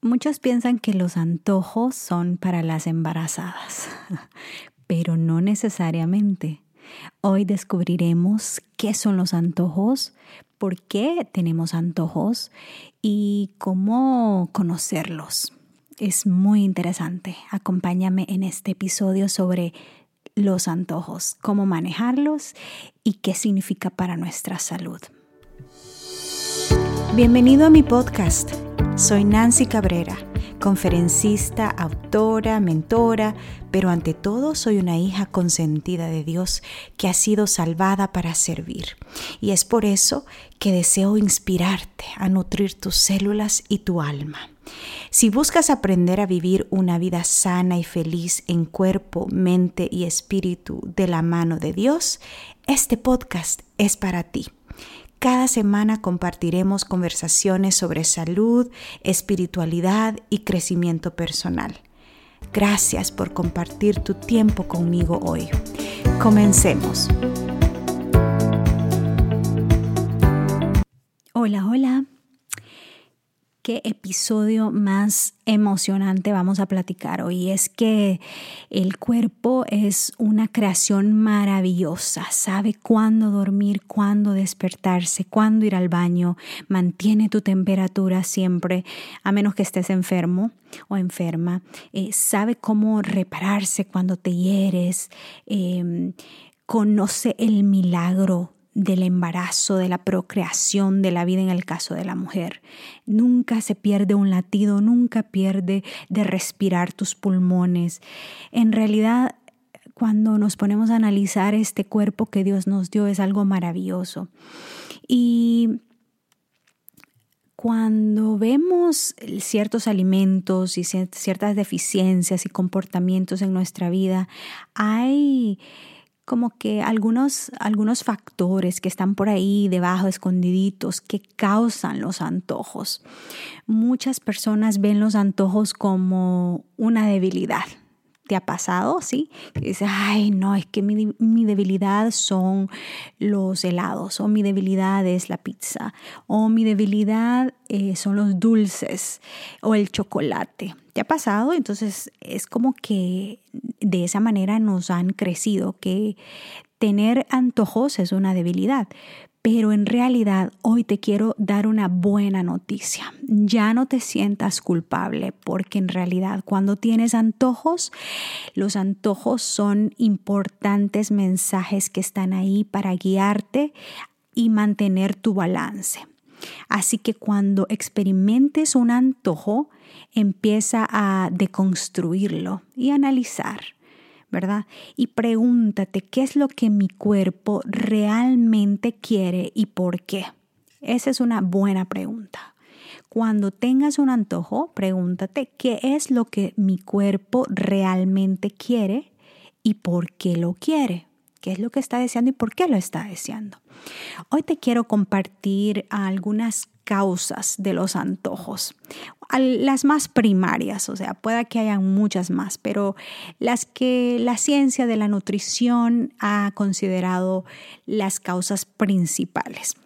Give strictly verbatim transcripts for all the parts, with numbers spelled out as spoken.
Muchos piensan que los antojos son para las embarazadas, pero no necesariamente. Hoy descubriremos qué son los antojos, por qué tenemos antojos y cómo conocerlos. Es muy interesante. Acompáñame en este episodio sobre los antojos, cómo manejarlos y qué significa para nuestra salud. Bienvenido a mi podcast. Soy Nancy Cabrera, conferencista, autora, mentora, pero ante todo soy una hija consentida de Dios que ha sido salvada para servir. Y es por eso que deseo inspirarte a nutrir tus células y tu alma. Si buscas aprender a vivir una vida sana y feliz en cuerpo, mente y espíritu de la mano de Dios, este podcast es para ti. Cada semana compartiremos conversaciones sobre salud, espiritualidad y crecimiento personal. Gracias por compartir tu tiempo conmigo hoy. Comencemos. Hola, hola. Qué episodio más emocionante vamos a platicar hoy. Es que el cuerpo es una creación maravillosa. Sabe cuándo dormir, cuándo despertarse, cuándo ir al baño. Mantiene tu temperatura siempre, a menos que estés enfermo o enferma. Eh, sabe cómo repararse cuando te hieres. Eh, conoce el milagro del embarazo, de la procreación, de la vida en el caso de la mujer. Nunca se pierde un latido, nunca pierde de respirar tus pulmones. En realidad, cuando nos ponemos a analizar este cuerpo que Dios nos dio, es algo maravilloso. Y cuando vemos ciertos alimentos y ciertas deficiencias y comportamientos en nuestra vida, hay como que algunos, algunos factores que están por ahí debajo, escondiditos, que causan los antojos. Muchas personas ven los antojos como una debilidad. ¿Te ha pasado? ¿Sí? Que dices, ay, no, es que mi, mi debilidad son los helados, o mi debilidad es la pizza, o mi debilidad eh, son los dulces, o el chocolate. ¿Te ha pasado? Entonces es como que de esa manera nos han crecido, que tener antojos es una debilidad. Pero en realidad hoy te quiero dar una buena noticia. Ya no te sientas culpable porque en realidad cuando tienes antojos, los antojos son importantes mensajes que están ahí para guiarte y mantener tu balance. Así que cuando experimentes un antojo, empieza a deconstruirlo y analizar, ¿verdad? Y pregúntate qué es lo que mi cuerpo realmente quiere y por qué. Esa es una buena pregunta. Cuando tengas un antojo, pregúntate qué es lo que mi cuerpo realmente quiere y por qué lo quiere. ¿Qué es lo que está deseando y por qué lo está deseando? Hoy te quiero compartir algunas causas de los antojos, las más primarias, o sea, pueda que hayan muchas más, pero las que la ciencia de la nutrición ha considerado las causas principales.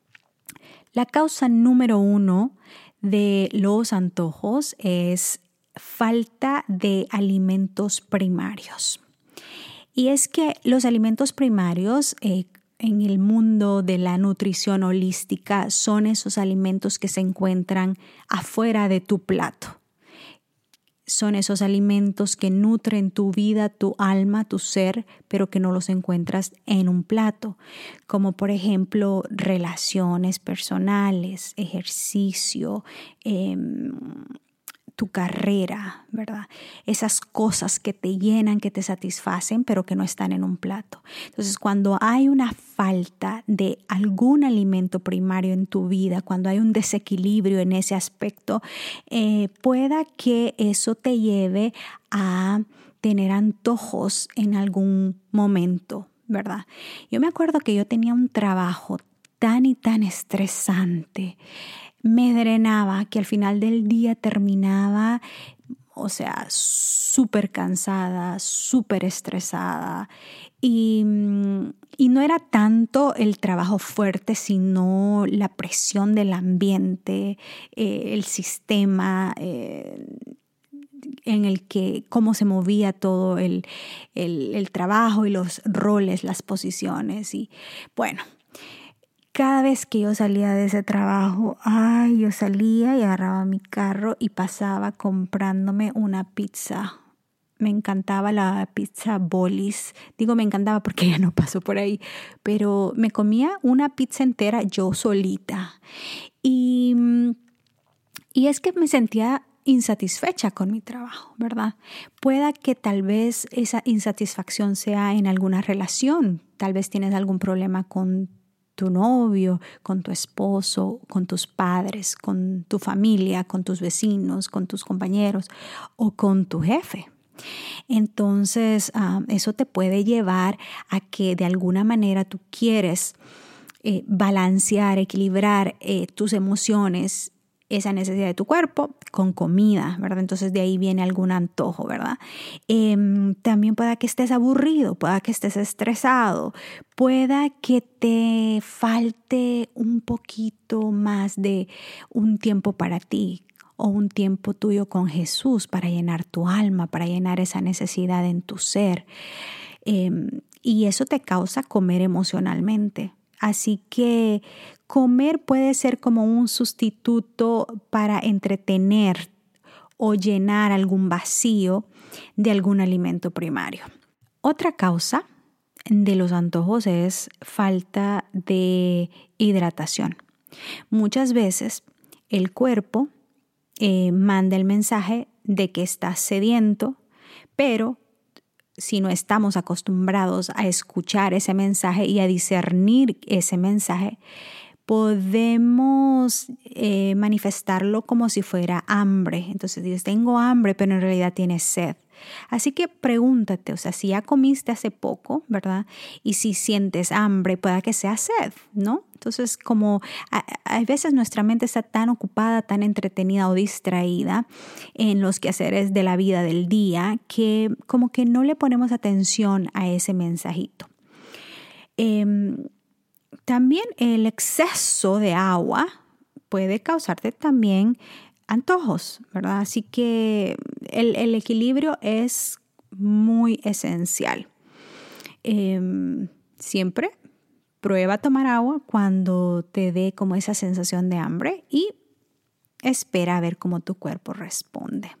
La causa número uno de los antojos es falta de alimentos primarios. Y es que los alimentos primarios eh, en el mundo de la nutrición holística son esos alimentos que se encuentran afuera de tu plato. Son esos alimentos que nutren tu vida, tu alma, tu ser, pero que no los encuentras en un plato. Como por ejemplo relaciones personales, ejercicio, eh, tu carrera, ¿verdad? Esas cosas que te llenan, que te satisfacen, pero que no están en un plato. Entonces, cuando hay una falta de algún alimento primario en tu vida, cuando hay un desequilibrio en ese aspecto, eh, pueda que eso te lleve a tener antojos en algún momento, ¿verdad? Yo me acuerdo que yo tenía un trabajo tan y tan estresante, me drenaba, que al final del día terminaba o sea, súper cansada, súper estresada. Y, y no era tanto el trabajo fuerte, sino la presión del ambiente, eh, el sistema eh, en el que, cómo se movía todo el, el, el trabajo y los roles, las posiciones. Y bueno, cada vez que yo salía de ese trabajo, ay, yo salía y agarraba mi carro y pasaba comprándome una pizza. Me encantaba la pizza Bolis. Digo me encantaba porque ya no pasó por ahí, pero me comía una pizza entera yo solita. Y, y es que me sentía insatisfecha con mi trabajo, ¿verdad? Pueda que tal vez esa insatisfacción sea en alguna relación. Tal vez tienes algún problema con tu novio, con tu esposo, con tus padres, con tu familia, con tus vecinos, con tus compañeros o con tu jefe. Entonces, um, eso te puede llevar a que de alguna manera tú quieres eh, balancear, equilibrar eh, tus emociones, esa necesidad de tu cuerpo con comida, ¿verdad? Entonces de ahí viene algún antojo, ¿verdad? Eh, también pueda que estés aburrido, pueda que estés estresado, pueda que te falte un poquito más de un tiempo para ti, o un tiempo tuyo con Jesús para llenar tu alma, para llenar esa necesidad en tu ser. Eh, y eso te causa comer emocionalmente. Así que comer puede ser como un sustituto para entretener o llenar algún vacío de algún alimento primario. Otra causa de los antojos es falta de hidratación. Muchas veces el cuerpo Eh, manda el mensaje de que estás sediento, pero si no estamos acostumbrados a escuchar ese mensaje y a discernir ese mensaje, podemos eh, manifestarlo como si fuera hambre. Entonces dices, tengo hambre, pero en realidad tienes sed. Así que pregúntate, o sea, si ya comiste hace poco, ¿verdad? Y si sientes hambre, pueda que sea sed, ¿no? Entonces, como a, a veces nuestra mente está tan ocupada, tan entretenida o distraída en los quehaceres de la vida del día, que como que no le ponemos atención a ese mensajito. Eh, también el exceso de agua puede causarte también antojos, ¿verdad? Así que el, el equilibrio es muy esencial. Eh, siempre prueba tomar agua cuando te dé como esa sensación de hambre y espera a ver cómo tu cuerpo responde.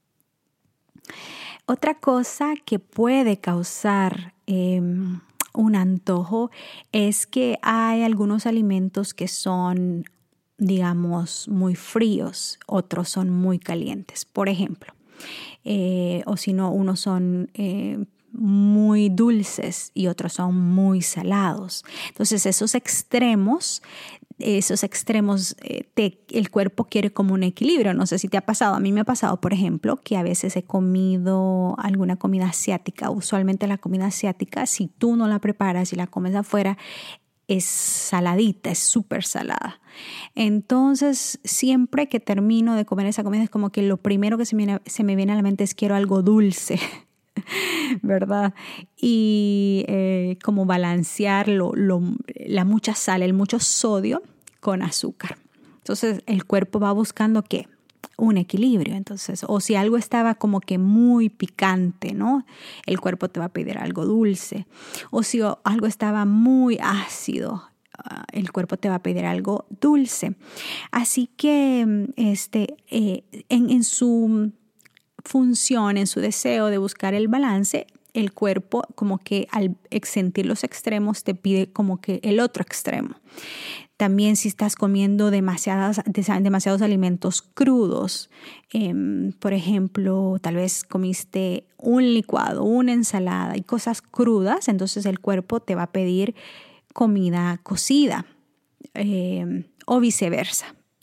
Otra cosa que puede causar eh, un antojo es que hay algunos alimentos que son, digamos, muy fríos, otros son muy calientes, por ejemplo. Eh, o si no, unos son eh, muy dulces y otros son muy salados. Entonces, esos extremos, esos extremos, eh, te, el cuerpo quiere como un equilibrio. No sé si te ha pasado. A mí me ha pasado, por ejemplo, que a veces he comido alguna comida asiática. Usualmente la comida asiática, si tú no la preparas y la comes afuera, es saladita, es súper salada. Entonces, siempre que termino de comer esa comida es como que lo primero que se me viene, se me viene a la mente es quiero algo dulce, ¿verdad? Y eh, como balancear lo, lo, la mucha sal, el mucho sodio con azúcar. Entonces, el cuerpo va buscando ¿qué? Un equilibrio. Entonces, o si algo estaba como que muy picante, ¿no? El cuerpo te va a pedir algo dulce. O si algo estaba muy ácido, uh, el cuerpo te va a pedir algo dulce. Así que este, eh, en, en su función, en su deseo de buscar el balance, el cuerpo como que al sentir los extremos te pide como que el otro extremo. También si estás comiendo demasiadas, demasiados alimentos crudos, eh, por ejemplo, tal vez comiste un licuado, una ensalada y cosas crudas, entonces el cuerpo te va a pedir comida cocida eh, o viceversa,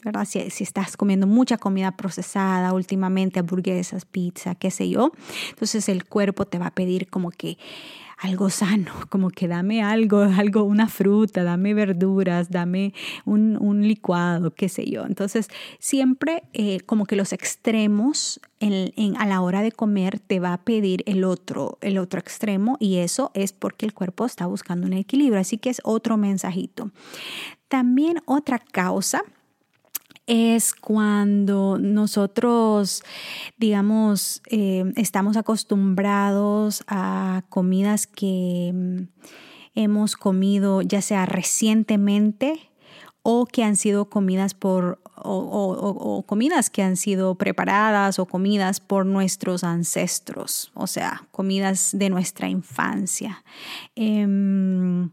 ¿verdad? Si, si estás comiendo mucha comida procesada últimamente, hamburguesas, pizza, qué sé yo, entonces el cuerpo te va a pedir como que algo sano, como que dame algo, algo, una fruta, dame verduras, dame un, un licuado, qué sé yo. Entonces, siempre eh, como que los extremos en, en, a la hora de comer te va a pedir el otro, el otro extremo, y eso es porque el cuerpo está buscando un equilibrio. Así que es otro mensajito. También otra causa es cuando nosotros, digamos, eh, estamos acostumbrados a comidas que mm, hemos comido ya sea recientemente o que han sido comidas por o, o, o comidas que han sido preparadas o comidas por nuestros ancestros, o sea, comidas de nuestra infancia. Eh,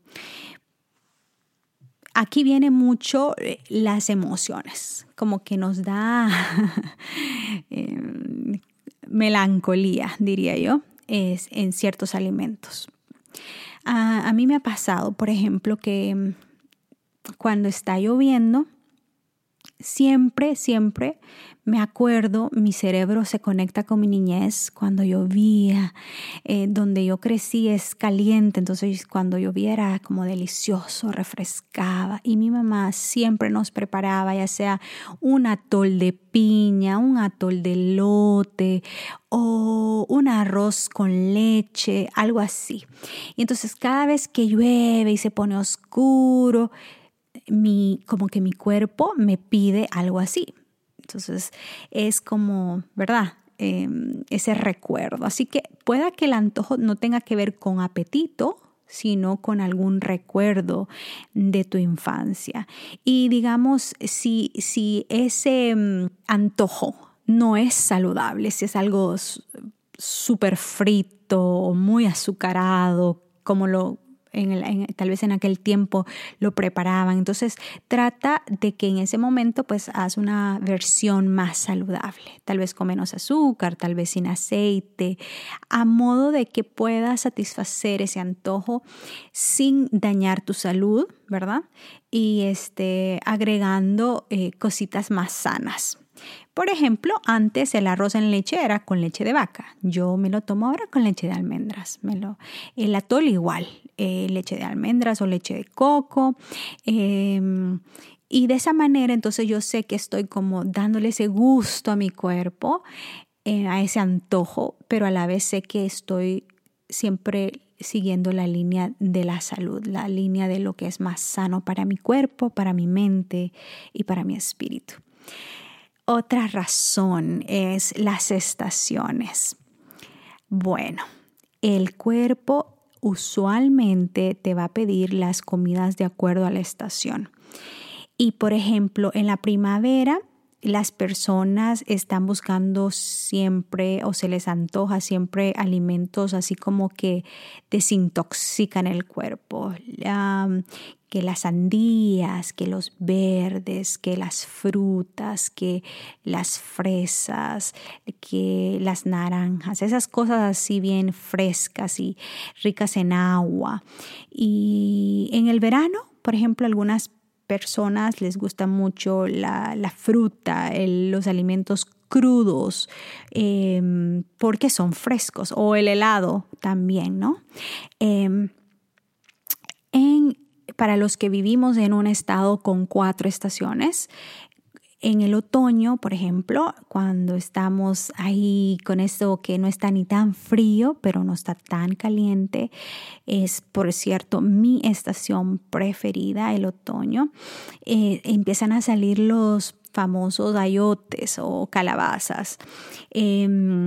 Aquí viene mucho las emociones, como que nos da eh, melancolía, diría yo, es, en ciertos alimentos. A, a mí me ha pasado, por ejemplo, que cuando está lloviendo, siempre, siempre me acuerdo, mi cerebro se conecta con mi niñez, cuando llovía, eh, donde yo crecí es caliente, entonces cuando llovía era como delicioso, refrescaba, y mi mamá siempre nos preparaba ya sea un atol de piña, un atol de elote o un arroz con leche, algo así. Y entonces cada vez que llueve y se pone oscuro, mi, como que mi cuerpo me pide algo así. Entonces es como, ¿verdad? Eh, ese recuerdo. Así que pueda que el antojo no tenga que ver con apetito, sino con algún recuerdo de tu infancia. Y digamos, si, si ese um, antojo no es saludable, si es algo súper frito o muy azucarado, como lo En el, en, tal vez en aquel tiempo lo preparaban. Entonces trata de que en ese momento pues haz una versión más saludable, tal vez con menos azúcar, tal vez sin aceite, a modo de que puedas satisfacer ese antojo sin dañar tu salud, ¿verdad? Y este, agregando eh, cositas más sanas. Por ejemplo, antes el arroz en leche era con leche de vaca. Yo me lo tomo ahora con leche de almendras. Me lo, el atol igual, eh, leche de almendras o leche de coco. Eh, y de esa manera entonces yo sé que estoy como dándole ese gusto a mi cuerpo, eh, a ese antojo, pero a la vez sé que estoy siempre siguiendo la línea de la salud, la línea de lo que es más sano para mi cuerpo, para mi mente y para mi espíritu. Otra razón es las estaciones. Bueno, el cuerpo usualmente te va a pedir las comidas de acuerdo a la estación. Y por ejemplo, en la primavera, las personas están buscando siempre o se les antoja siempre alimentos así como que desintoxican el cuerpo. Um, que las sandías, que los verdes, que las frutas, que las fresas, que las naranjas, esas cosas así bien frescas y ricas en agua. Y en el verano, por ejemplo, algunas personas les gusta mucho la, la fruta, el, los alimentos crudos, eh, porque son frescos, o el helado también, ¿no? Eh, en Para los que vivimos en un estado con cuatro estaciones, en el otoño, por ejemplo, cuando estamos ahí con esto que no está ni tan frío, pero no está tan caliente, es, por cierto, mi estación preferida, el otoño. Eh, empiezan a salir los famosos ayotes o calabazas, eh,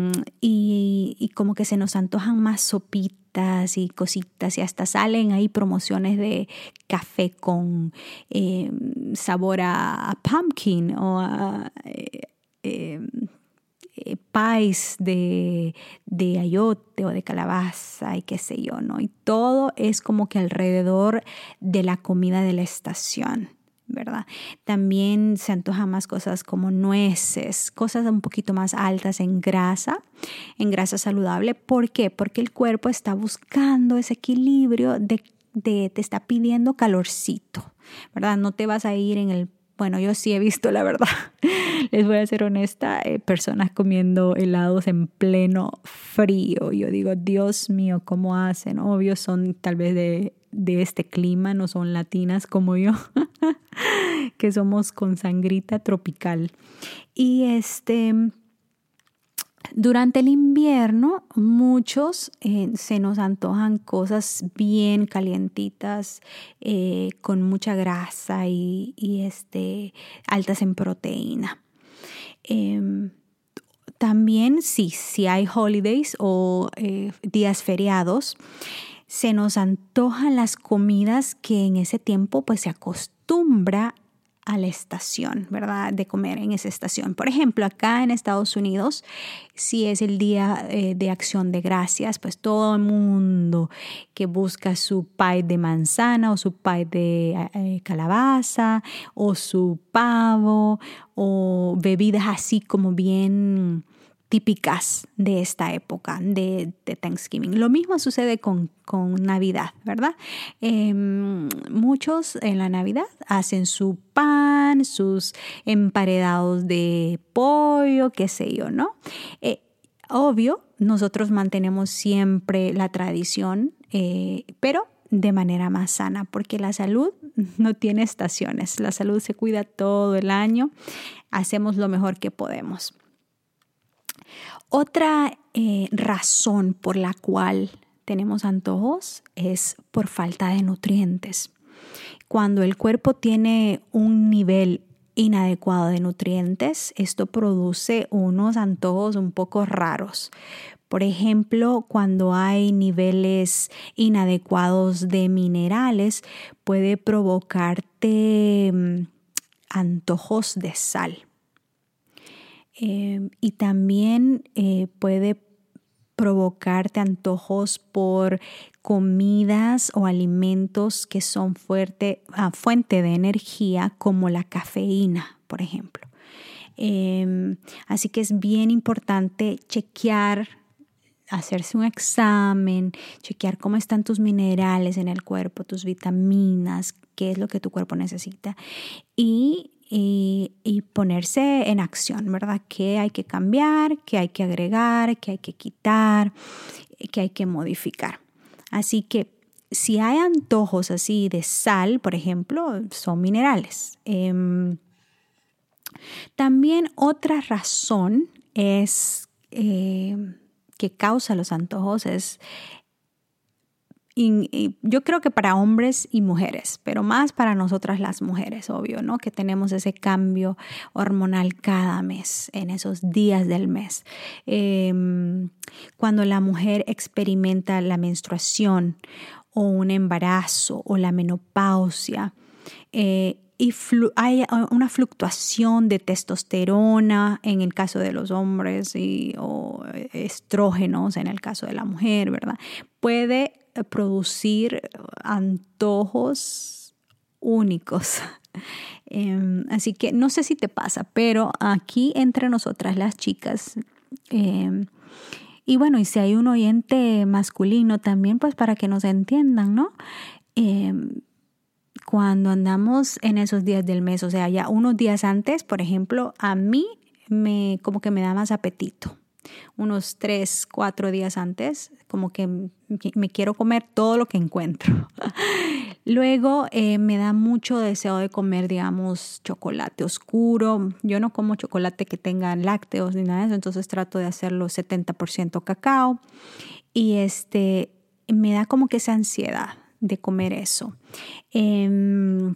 y, y como que se nos antojan más sopitas y cositas, y hasta salen ahí promociones de café con eh, sabor a, a pumpkin o a eh, eh, eh, pies de, de ayote o de calabaza y qué sé yo, ¿no? Y todo es como que alrededor de la comida de la estación, ¿verdad? También se antojan más cosas como nueces, cosas un poquito más altas en grasa, en grasa saludable. ¿Por qué? Porque el cuerpo está buscando ese equilibrio de, de te está pidiendo calorcito, ¿verdad? No te vas a ir en el bueno, yo sí he visto, la verdad, les voy a ser honesta, eh, personas comiendo helados en pleno frío. Yo digo, Dios mío, ¿cómo hacen? Obvio, son tal vez de, de este clima, no son latinas como yo, que somos con sangrita tropical. Y este... Durante el invierno, muchos eh, se nos antojan cosas bien calientitas, eh, con mucha grasa y, y este, altas en proteína. Eh, también, sí, si hay holidays o eh, días feriados, se nos antojan las comidas que en ese tiempo pues se acostumbra a la estación, ¿verdad? De comer en esa estación. Por ejemplo, acá en Estados Unidos, si es el día eh, de Acción de Gracias, pues todo el mundo que busca su pie de manzana o su pie de eh, calabaza o su pavo o bebidas así como bien típicas de esta época de, de Thanksgiving. Lo mismo sucede con, con Navidad, ¿verdad? Eh, muchos en la Navidad hacen su pan, sus emparedados de pollo, qué sé yo, ¿no? Eh, obvio, nosotros mantenemos siempre la tradición, eh, pero de manera más sana, porque la salud no tiene estaciones. La salud se cuida todo el año. Hacemos lo mejor que podemos. Otra eh, razón por la cual tenemos antojos es por falta de nutrientes. Cuando el cuerpo tiene un nivel inadecuado de nutrientes, esto produce unos antojos un poco raros. Por ejemplo, cuando hay niveles inadecuados de minerales, puede provocarte um, antojos de sal. Eh, y también eh, puede provocarte antojos por comidas o alimentos que son fuerte, ah, fuente de energía, como la cafeína, por ejemplo. Eh, así que es bien importante chequear, hacerse un examen, chequear cómo están tus minerales en el cuerpo, tus vitaminas, qué es lo que tu cuerpo necesita. Y Y, y ponerse en acción, ¿verdad? ¿Qué hay que cambiar? ¿Qué hay que agregar? ¿Qué hay que quitar? ¿Qué hay que modificar? Así que si hay antojos así de sal, por ejemplo, son minerales. Eh, también otra razón es eh, que causa los antojos es Y, y yo creo que para hombres y mujeres, pero más para nosotras las mujeres, obvio, ¿no? Que tenemos ese cambio hormonal cada mes, en esos días del mes. Eh, cuando la mujer experimenta la menstruación o un embarazo o la menopausia, eh, y flu- hay una fluctuación de testosterona en el caso de los hombres y, o estrógenos en el caso de la mujer, ¿verdad? Puede producir antojos únicos. Eh, así que no sé si te pasa, pero aquí entre nosotras las chicas, eh, y bueno, y si hay un oyente masculino también, pues para que nos entiendan, ¿no? Eh, cuando andamos en esos días del mes, o sea, ya unos días antes, por ejemplo, a mí me como que me da más apetito. Unos tres, cuatro días antes, como que me quiero comer todo lo que encuentro. Luego eh, me da mucho deseo de comer, digamos, chocolate oscuro. Yo no como chocolate que tenga lácteos ni nada de eso, entonces trato de hacerlo setenta por ciento cacao. Y este, me da como que esa ansiedad de comer eso. Eh,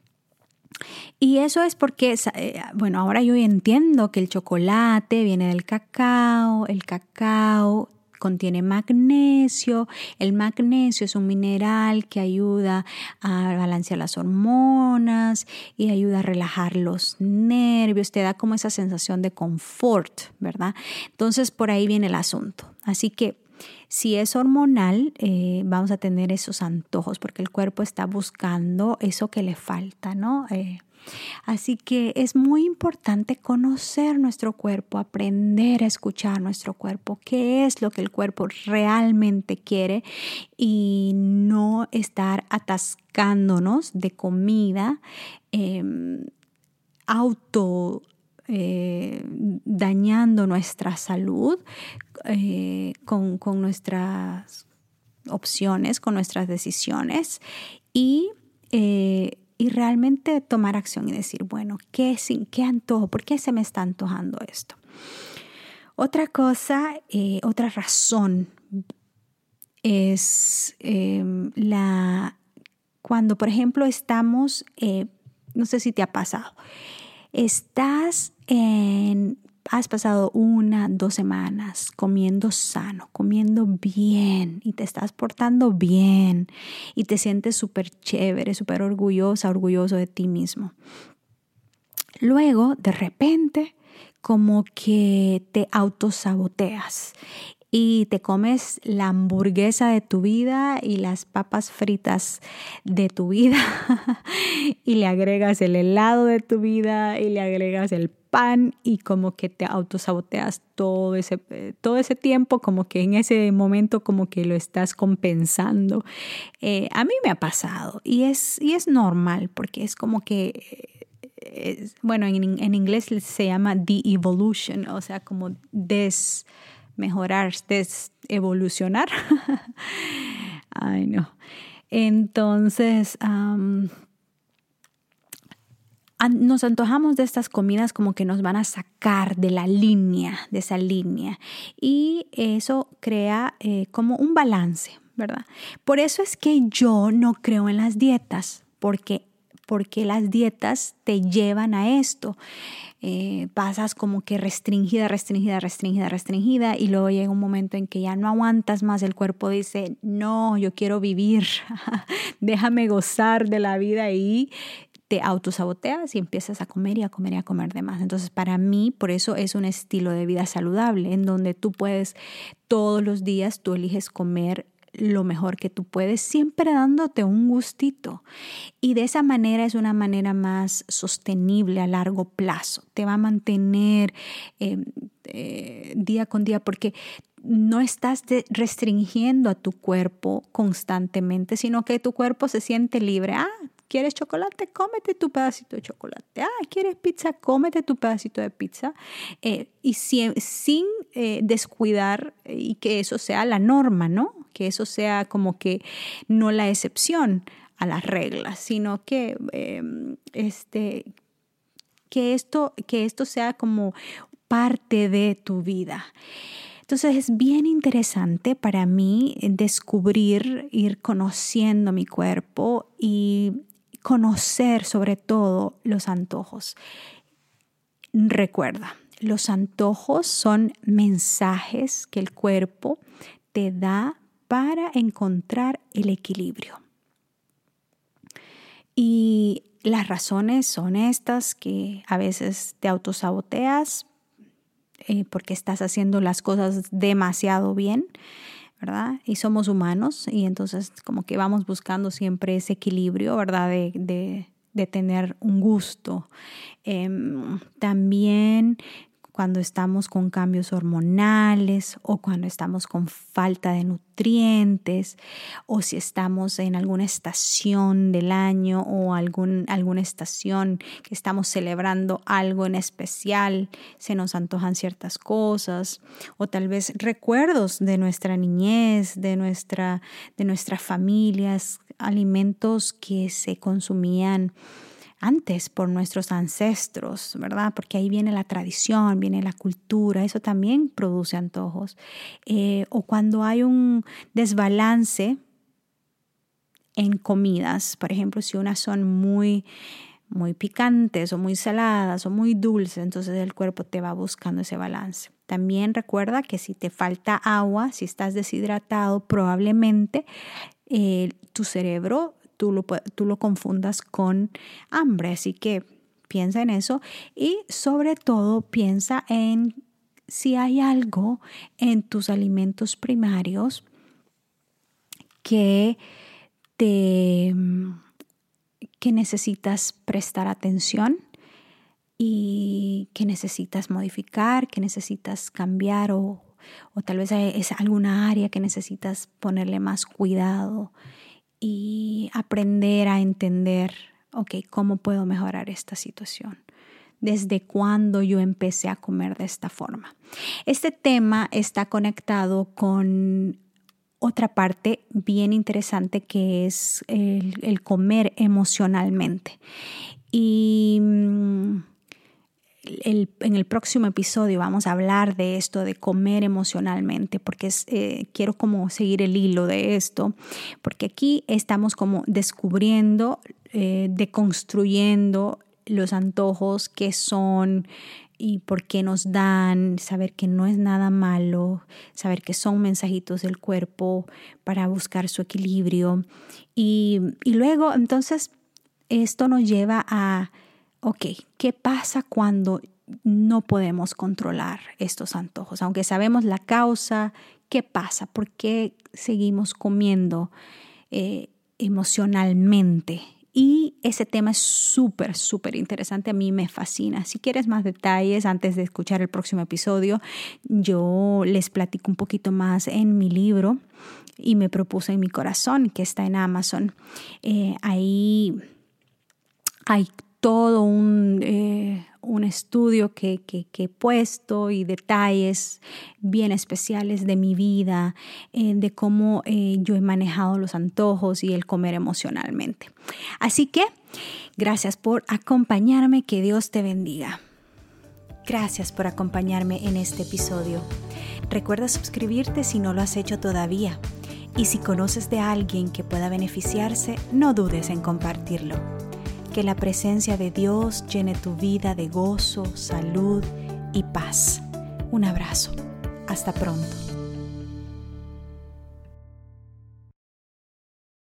Y eso es porque, bueno, ahora yo entiendo que el chocolate viene del cacao, el cacao contiene magnesio, el magnesio es un mineral que ayuda a balancear las hormonas y ayuda a relajar los nervios, te da como esa sensación de confort, ¿verdad? Entonces por ahí viene el asunto. Así que si es hormonal, eh, vamos a tener esos antojos porque el cuerpo está buscando eso que le falta, ¿no? Eh, Así que es muy importante conocer nuestro cuerpo, aprender a escuchar nuestro cuerpo, qué es lo que el cuerpo realmente quiere y no estar atascándonos de comida eh, auto eh, dañando nuestra salud eh, con, con nuestras opciones, con nuestras decisiones y, eh, y realmente tomar acción y decir, bueno, ¿qué, qué antojo? ¿Por qué se me está antojando esto? Otra cosa, eh, otra razón es eh, la cuando, por ejemplo, estamos, eh, no sé si te ha pasado, estás en, has pasado una, dos semanas comiendo sano, comiendo bien y te estás portando bien y te sientes súper chévere, súper orgullosa, orgulloso de ti mismo. Luego, de repente, como que te autosaboteas y te comes la hamburguesa de tu vida y las papas fritas de tu vida y le agregas el helado de tu vida y le agregas el pan y como que te autosaboteas todo ese, todo ese tiempo, como que en ese momento como que lo estás compensando. Eh, a mí me ha pasado y es, y es normal porque es como que... Es, bueno, en, en inglés se llama de-evolution, o sea, como des, mejorar, des, evolucionar. Ay, no. Entonces, um, nos antojamos de estas comidas como que nos van a sacar de la línea, de esa línea. Y eso crea eh, como un balance, ¿verdad? Por eso es que yo no creo en las dietas, porque porque las dietas te llevan a esto. Eh, pasas como que restringida, restringida, restringida, restringida y luego llega un momento en que ya no aguantas más, el cuerpo dice, no, yo quiero vivir, déjame gozar de la vida y te autosaboteas y empiezas a comer y a comer y a comer de más. Entonces, para mí, por eso es un estilo de vida saludable en donde tú puedes, todos los días, tú eliges comer lo mejor que tú puedes, siempre dándote un gustito. Y de esa manera es una manera más sostenible a largo plazo. Te va a mantener eh, eh, día con día porque no estás restringiendo a tu cuerpo constantemente, sino que tu cuerpo se siente libre. Ah, ¿quieres chocolate? Cómete tu pedacito de chocolate. Ah, ¿quieres pizza? Cómete tu pedacito de pizza. Eh, y si, sin eh, descuidar y que eso sea la norma, ¿no? Que eso sea como que no la excepción a las reglas, sino que, eh, este, que, esto, que esto sea como parte de tu vida. Entonces es bien interesante para mí descubrir, ir conociendo mi cuerpo y conocer sobre todo los antojos. Recuerda, los antojos son mensajes que el cuerpo te da para encontrar el equilibrio. Y las razones son estas, que a veces te autosaboteas eh, porque estás haciendo las cosas demasiado bien, ¿verdad? Y somos humanos y entonces como que vamos buscando siempre ese equilibrio, ¿verdad? De, de, de tener un gusto. Eh, también cuando estamos con cambios hormonales o cuando estamos con falta de nutrientes o si estamos en alguna estación del año o algún, alguna estación que estamos celebrando algo en especial, se nos antojan ciertas cosas o tal vez recuerdos de nuestra niñez, de, nuestra, de nuestras familias, alimentos que se consumían antes por nuestros ancestros, ¿verdad? Porque ahí viene la tradición, viene la cultura, eso también produce antojos. Eh, o cuando hay un desbalance en comidas, por ejemplo, si unas son muy, muy picantes o muy saladas o muy dulces, entonces el cuerpo te va buscando ese balance. También recuerda que si te falta agua, si estás deshidratado, probablemente eh, tu cerebro Tú lo, tú lo confundas con hambre, así que piensa en eso y sobre todo piensa en si hay algo en tus alimentos primarios que te que necesitas prestar atención y que necesitas modificar, que necesitas cambiar o, o tal vez es alguna área que necesitas ponerle más cuidado y aprender a entender, ok, ¿cómo puedo mejorar esta situación? desde cuándo yo empecé a comer de esta forma. Este tema está conectado con otra parte bien interesante que es el, el comer emocionalmente. Y el, en el próximo episodio vamos a hablar de esto, de comer emocionalmente, porque es, eh, quiero como seguir el hilo de esto, porque aquí estamos como descubriendo, eh, deconstruyendo los antojos, qué son y por qué nos dan, saber que no es nada malo, saber que son mensajitos del cuerpo para buscar su equilibrio. Y, y luego, entonces, esto nos lleva a, ok, ¿qué pasa cuando no podemos controlar estos antojos? Aunque sabemos la causa, ¿qué pasa? ¿Por qué seguimos comiendo eh, emocionalmente? Y ese tema es súper, súper interesante. A mí me fascina. Si quieres más detalles antes de escuchar el próximo episodio, yo les platico un poquito más en mi libro Y me propuse en mi corazón, que está en Amazon. Eh, ahí hay todo un, eh, un estudio que, que, que he puesto y detalles bien especiales de mi vida, eh, de cómo eh, yo he manejado los antojos y el comer emocionalmente. Así que gracias por acompañarme, que Dios te bendiga. Gracias por acompañarme en este episodio. Recuerda suscribirte si no lo has hecho todavía. Y si conoces de alguien que pueda beneficiarse, no dudes en compartirlo. Que la presencia de Dios llene tu vida de gozo, salud y paz. Un abrazo. Hasta pronto.